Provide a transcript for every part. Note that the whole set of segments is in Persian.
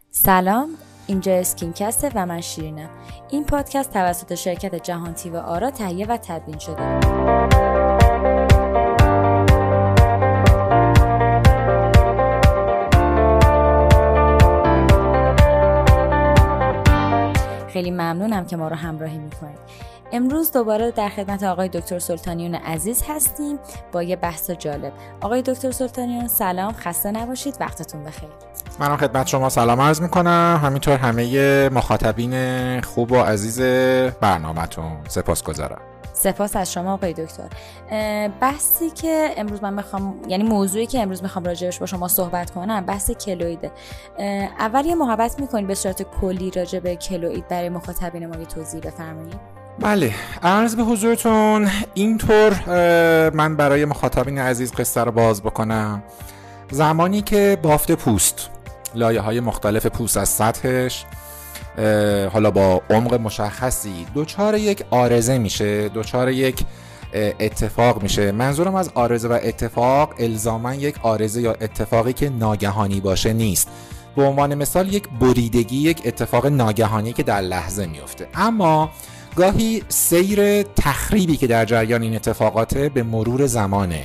سلام، اینجا اسکینکسته و من شیرینم. این پادکست توسط شرکت جهان تی و آرا تهیه و تدوین شده. خیلی ممنونم که ما رو همراهی میکنید. امروز دوباره در خدمت آقای دکتر سلطانیون عزیز هستیم با یه بحث جالب. آقای دکتر سلطانیون سلام، خسته نباشید، وقتتون بخیر. منم خدمت شما سلام عرض میکنم، همینطور همه مخاطبین خوب و عزیز برنامه‌تون. سپاسگزارم. سپاس از شما آقای دکتر. بحثی که امروز من موضوعی که امروز میخوام راجعش با شما صحبت کنم بحث کلویده. اول یه محبت میکنید به صورت کلی راجع به کلوید برای مخاطبین ما یه توضیح بفرمایید؟ بله، عرض به حضورتون اینطور من برای مخاطبین عزیز قصه رو باز بکنم. زمانی که بافت پوست، لایه‌های مختلف پوست از سطحش حالا با عمق مشخصی دچار یک عارضه میشه، دچار یک اتفاق میشه. منظورم از عارضه و اتفاق الزاما یک عارضه یا اتفاقی که ناگهانی باشه نیست. به عنوان مثال یک بریدگی یک اتفاق ناگهانی که در لحظه میفته، اما گاهی سیر تخریبی که در جریان این اتفاقات به مرور زمانه.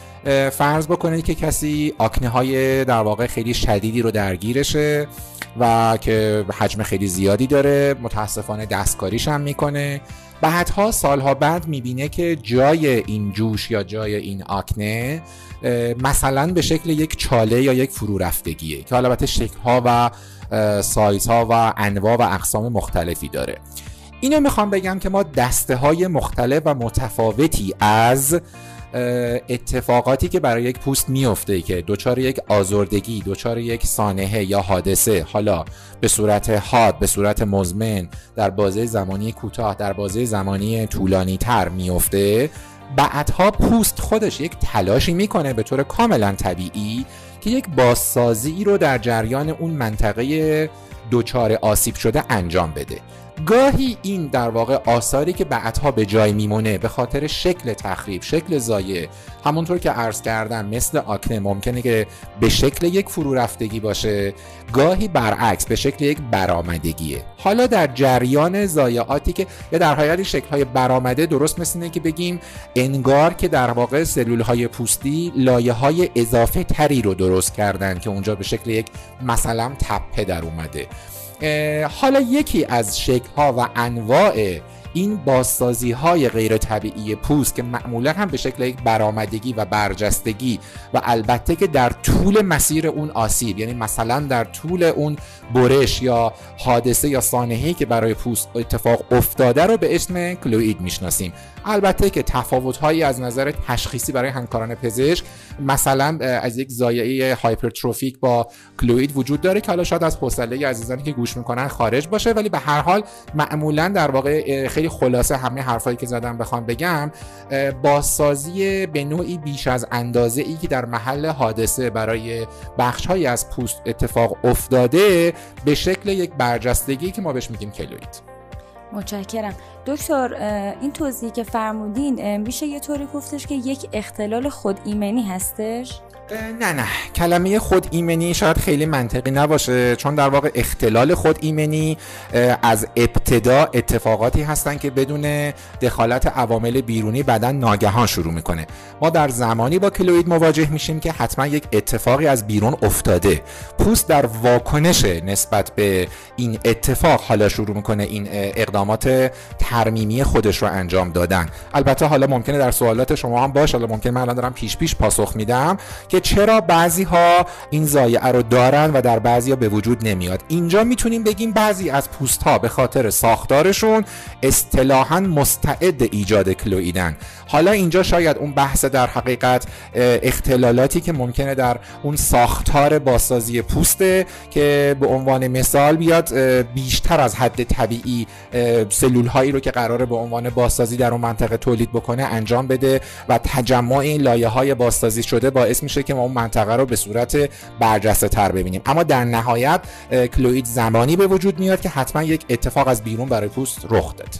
فرض بکنید که کسی آکنه های در واقع خیلی شدیدی رو درگیرشه و که حجم خیلی زیادی داره، متاسفانه دستکاریش هم میکنه. بعدها سالها بعد میبینه که جای این جوش یا جای این آکنه مثلا به شکل یک چاله یا یک فرو رفتگیه که البته شکل‌ها و سایزها و انواع و اقسام مختلفی داره. اینو میخوام بگم که ما دسته‌های مختلف و متفاوتی از اتفاقاتی که برای یک پوست میفته که دچار یک آزردگی، دچار یک سانحه یا حادثه، حالا به صورت حاد، به صورت مزمن، در بازه زمانی کوتاه، در بازه زمانی طولانی تر میفته، بعدها پوست خودش یک تلاشی میکنه به طور کاملا طبیعی که یک بازسازی رو در جریان اون منطقه دچار آسیب شده انجام بده. گاهی این در واقع آثاری که بعدها به جای میمونه به خاطر شکل تخریب، شکل ضایع، همونطور که عرض کردم مثل آکنه ممکنه که به شکل یک فرو رفتگی باشه، گاهی برعکس به شکل یک برآمدگیه. حالا در جریان ضایعاتی که یا در حقیقت شکل‌های برآمده، درست مثل اینه که بگیم انگار که در واقع سلول‌های پوستی لایه‌های اضافه تری رو درست کردن که اونجا به شکل یک مثلا تپه در اومده. حالا یکی از شکل‌ها و انواع این بازسازی‌های غیر طبیعی پوست که معمولاً هم به شکل یک برآمدگی و برجستگی و البته که در طول مسیر اون آسیب، یعنی مثلا در طول اون برش یا حادثه یا سانحه‌ای که برای پوست اتفاق افتاده رو به اسم کلوئید میشناسیم. البته که تفاوت‌هایی از نظر تشخیصی برای همکاران پزشک مثلا از یک ضایعه هایپرتروفیک با کلوئید وجود داره که حالا شاید از حوصله عزیزانی که گوش میکنن خارج باشه، ولی به هر حال معمولا در واقع خیلی خلاصه همه حرفایی که زدم بخوام بگم، بازسازی به نوعی بیش از اندازه ای که در محل حادثه برای بخش‌هایی از پوست اتفاق افتاده به شکل یک برجستگی که ما بهش میگیم کلوئید. متشکرم دکتر. این توضیحی که فرمودین میشه یه طوری گفتش که یک اختلال خود ایمنی هستش؟ نه، کلمه خود ایمنی شاید خیلی منطقی نباشه، چون در واقع اختلال خود ایمنی از ابتدا اتفاقاتی هستن که بدون دخالت عوامل بیرونی بدن ناگهان شروع میکنه. ما در زمانی با کلوئید مواجه میشیم که حتما یک اتفاقی از بیرون افتاده، پوست در واکنش نسبت به این اتفاق حالا شروع میکنه این اقدامات ترمیمی خودش رو انجام دادن. البته حالا ممکنه در سوالات شما هم باشه، حالا ممکنه من الان دارم پیش پاسخ میدم که چرا بعضی ها این ضایعه رو دارن و در بعضی ها به وجود نمیاد. اینجا میتونیم بگیم بعضی از پوست ها به خاطر ساختارشون اصطلاحاً مستعد ایجاد کلوئیدن. حالا اینجا شاید اون بحث در حقیقت اختلالاتی که ممکنه در اون ساختار بازسازی پوسته که به عنوان مثال بیاد بیشتر از حد طبیعی سلول هایی رو که قراره به عنوان بازسازی در اون منطقه تولید بکنه انجام بده و تجمع این لایه های بازسازی شده باعث میشه که ما اون منطقه رو به صورت برجسته تر ببینیم. اما در نهایت کلوئید زمانی به وجود میاد که حتما یک اتفاق از بیرون برای پوست رخ داد.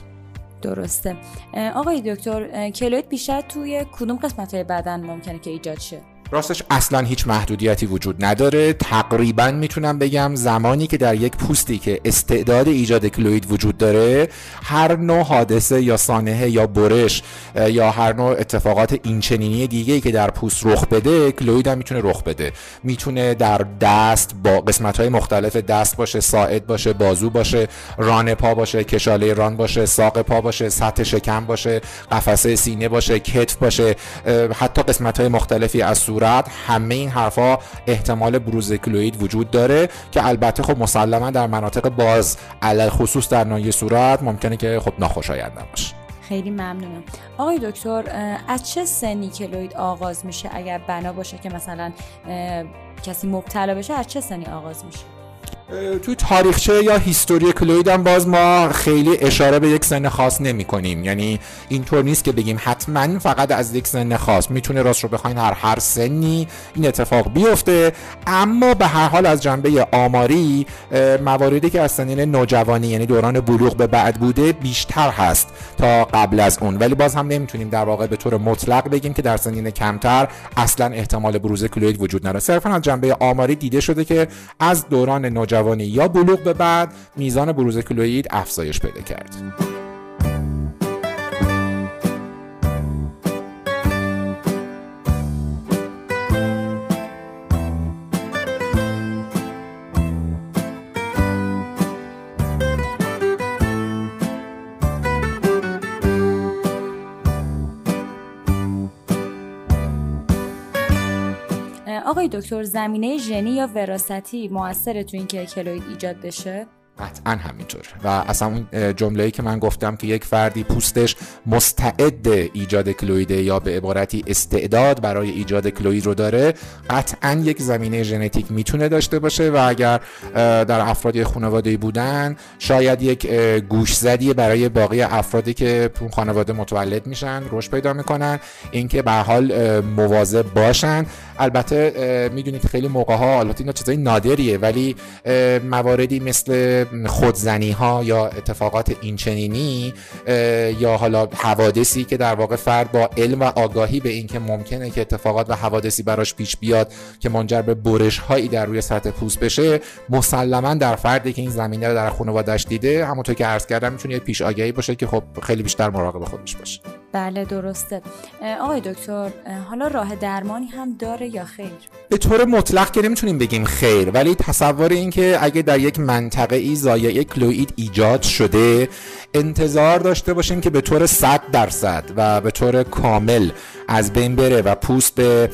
درسته. آقای دکتر، کلوئید بیشتر توی کدوم قسمت‌های بدن ممکنه که ایجاد شه؟ راستش اصلا هیچ محدودیتی وجود نداره. تقریبا میتونم بگم زمانی که در یک پوستی که استعداد ایجاد کلوید وجود داره، هر نوع حادثه یا سانحه یا برش یا هر نوع اتفاقات اینچنینی دیگه‌ای که در پوست رخ بده، کلوید هم میتونه رخ بده. میتونه در دست با قسمت‌های مختلف دست باشه، ساعد باشه، بازو باشه، ران پا باشه، کشاله ران باشه، ساق پا باشه، سطح شکم باشه، قفسه سینه باشه، کتف باشه، حتی قسمت‌های مختلفی از صورت. همه این حرفا احتمال بروز کلوید وجود داره که البته خب مسلما در مناطق باز، علل خصوص در ناحیه صورت، ممکنه که خب ناخوشایند باشه. خیلی ممنونم. آقای دکتر، از چه سنی کلوید آغاز میشه؟ اگر بنا باشه که مثلا کسی مبتلا بشه، از چه سنی آغاز میشه؟ توی تاریخچه یا هیستوری کلوید هم باز ما خیلی اشاره به یک سن خاص نمی کنیم. یعنی اینطور نیست که بگیم حتما فقط از یک سن خاص. میتونه راست رو بخواین هر سنی این اتفاق بیفته، اما به هر حال از جنبه آماری مواردی که از سنین نوجوانی یعنی دوران بلوغ به بعد بوده بیشتر هست تا قبل از اون، ولی باز هم نمیتونیم در واقع به طور مطلق بگیم که در سنین کمتر اصلا احتمال بروز کلوید وجود نداره. صرفا از جنبه آماری دیده شده که از دوران نوجوانی یا بلوغ به بعد میزان بروز کلوید افزایش پیدا کرد. آقای دکتر، زمینه ژنی یا وراثتی موثره تو این که کلوید ایجاد بشه؟ قطعا همینطور. و اصلا اون جمله‌ای که من گفتم که یک فردی پوستش مستعد ایجاد کلویده یا به عبارتی استعداد برای ایجاد کلوید رو داره، قطعا یک زمینه ژنتیک میتونه داشته باشه و اگر در افرادی خانواده‌ای بودن شاید یک گوشزدی برای باقی افرادی که اون خانواده متولد میشن، رشد پیدا میکنن، اینکه به هر حال مواظب باشن. البته میدونید خیلی موقع‌ها، البته اینا چیزای نادریه، ولی مواردی مثل خودزنی ها یا اتفاقات اینچنینی یا حالا حوادثی که در واقع فرد با علم و آگاهی به این که ممکنه که اتفاقات و حوادثی براش پیش بیاد که منجر به برش هایی در روی سطح پوست بشه، مسلما در فردی که این زمینه رو در خانواده‌اش دیده، همونطور که عرض کردم، میتونه یه پیش آگاهی باشه که خب خیلی بیشتر مراقب خودش باشه. بله درسته. آقای دکتر، حالا راه درمانی هم داره یا خیر؟ به طور مطلق که نمیتونیم بگیم خیر، ولی تصور این که اگه در یک منطقه‌ای ضایعه کلوید ایجاد شده، انتظار داشته باشیم که به طور 100% و به طور کامل از بین بره و پوست به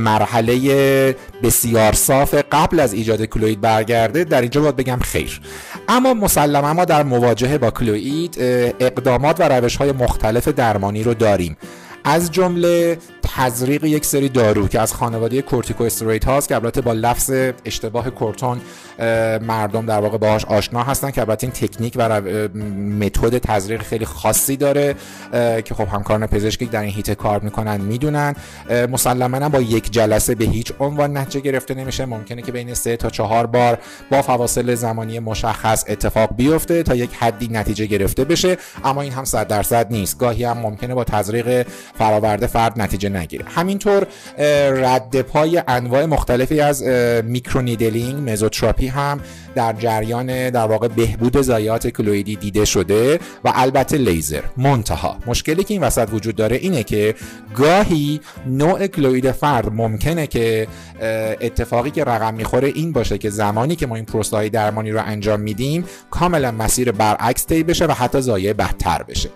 مرحله بسیار صاف قبل از ایجاد کلوید برگرده، در اینجا باید بگم خیر. اما مسلما ما در مواجهه با کلوید اقدامات و روش‌های مختلف درمانی رو داریم، از جمله تزریق یک سری دارو که از خانواده کورتیکواستروئید هاست که البته با لفظ اشتباه کورتون مردم در واقع باهاش آشنا هستن، که البته این تکنیک و متد تزریق خیلی خاصی داره که خب همکاران پزشکی در این حیطه کار میکنن میدونن. مسلماً با یک جلسه به هیچ عنوان نتیجه گرفته نمیشه، ممکنه که بین 3 تا 4 بار با فواصل زمانی مشخص اتفاق بیفته تا یک حدی نتیجه گرفته بشه، اما این هم 100% نیست. گاهی هم ممکنه با تزریق فراورده فرد نتیجه نگیره. همینطور رد پای انواع مختلفی از میکرونیدلینگ، مزوتراپی هم در جریان در واقع بهبود ضایعات کلویدی دیده شده و البته لیزر. منتها مشکلی که این وسط وجود داره اینه که گاهی نوع کلوید فرد ممکنه که اتفاقی که رقم میخوره این باشه که زمانی که ما این پروسه‌های درمانی رو انجام میدیم کاملا مسیر برعکس طی بشه و حتی ضایعه بدتر بشه.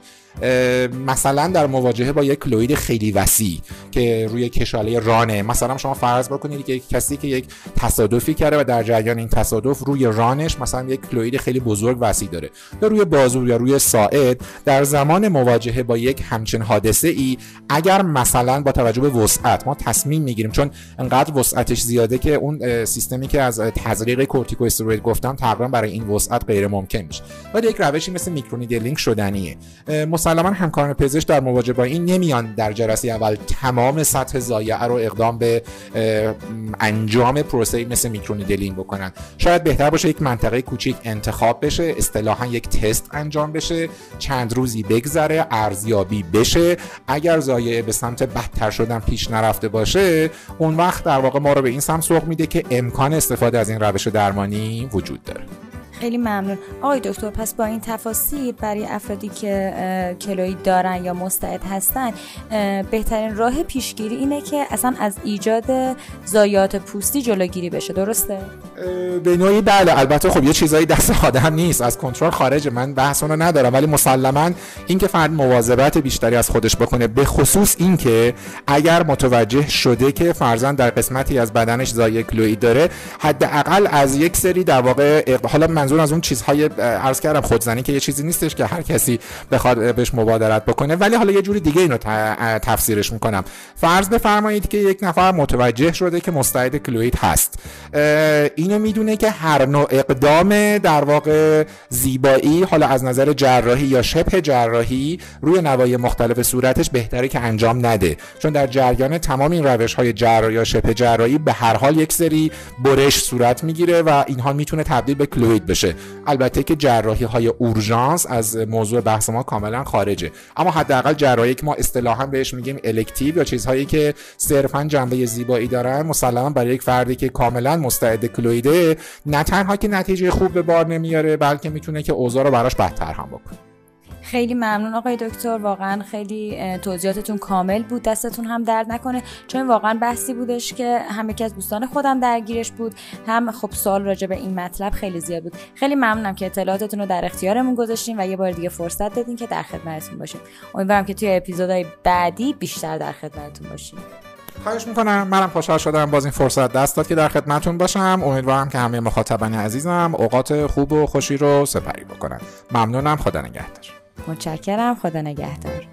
مثلا در مواجهه با یک کلوید خیلی وسیع که روی کشاله رانه، مثلا شما فرض بکنید که یک کسی که یک تصادفی کرده و در جریان این تصادف روی رانش مثلا یک کلوید خیلی بزرگ وسیع داره، یا روی بازو یا روی ساعد، در زمان مواجهه با یک همچین حادثه ای اگر مثلا با توجه به وسعت ما تصمیم میگیریم، چون انقدر وسعتش زیاده که اون سیستمی که از تزریق کورتیکواستروئید گفتم تقریبا برای این وسعت غیر ممکن میشه، ولی یک روشی مثل میکرونیدلینگ شدنیه. مسلما همکاران پزشک در مواجهه با این نمیان در جلسه اول تمام سطح ضایعه رو اقدام به انجام پروسه‌ای مثل میکرونیدلینگ بکنن. شاید بهتر باشه یک منطقه کوچیک انتخاب بشه، اصطلاحاً یک تست انجام بشه، چند روزی بگذره، ارزیابی بشه. اگر ضایعه به سمت بدتر شدن پیش نرفته باشه، اون وقت در واقع ما رو به این سمت سوق میده که امکان استفاده از این روش درمانی وجود داره. خیلی ممنون آقای دکتر. پس با این تفاصیل برای افرادی که کلوید دارن یا مستعد هستن، بهترین راه پیشگیری اینه که اصلا از ایجاد ضایعات پوستی جلوگیری بشه، درسته؟ به نوعی بله. البته خب یه چیزایی دست آدم نیست، از کنترل خارجه، من بحث اون رو ندارم، ولی مسلما این که فرد مواظبت بیشتری از خودش بکنه، به خصوص این که اگر متوجه شده که فرضاً در قسمتی از بدنش ضایعه کلوید داره، حداقل از یک سری در واقع، حالا منظور از اون چیزهای عرض کردم خودزنی که یه چیزی نیستش که هر کسی بخواد بهش مبادرت بکنه، ولی حالا یه جوری دیگه اینو تفسیرش میکنم. فرض بفرمایید که یک نفر متوجه شده که مستعد کلوید هست، اینو میدونه که هر نوع اقدام در واقع زیبایی، حالا از نظر جراحی یا شبه جراحی، روی نواحی مختلف صورتش بهتره که انجام نده، چون در جریان تمام این روش‌های جراحی یا شبه جراحی به هر حال یک سری برش صورت میگیره و اینها میتونه تبدیل به کلوید بشه. البته که جراحی‌های اورژانس از موضوع بحث ما کاملا خارجه، اما حداقل جراحی که ما اصطلاحاً بهش میگیم الکتیو یا چیزهایی که صرفاً جنبه زیبایی دارن، مسلماً برای یک فردی که کاملا مستعد کلویده، نه تنها که نتیجه خوب به بار نمیاره، بلکه میتونه که اوضاع رو براش بدتر هم بکنه. خیلی ممنون آقای دکتر، واقعا خیلی توضیحاتتون کامل بود، دستتون هم درد نکنه، چون واقعا بحثی بودش که هم یکی از دوستان خودم درگیرش بود، هم خب سوال راجع به این مطلب خیلی زیاد بود. خیلی ممنونم که اطلاعاتتون رو در اختیارمون گذاشتین و یه بار دیگه فرصت دادین که در خدمتتون باشیم. امیدوارم که توی اپیزودهای بعدی بیشتر در خدمتتون باشیم. خواهش میکنم، منم خوشحال شدم باز این فرصت دست داد که در خدمتتون باشم. امیدوارم که همه مخاطبان عزیزم اوقات خوب و خوشی رو سپری بکنن. ممنونم، خدا نگهدار. متشکرم، خدا نگهدار.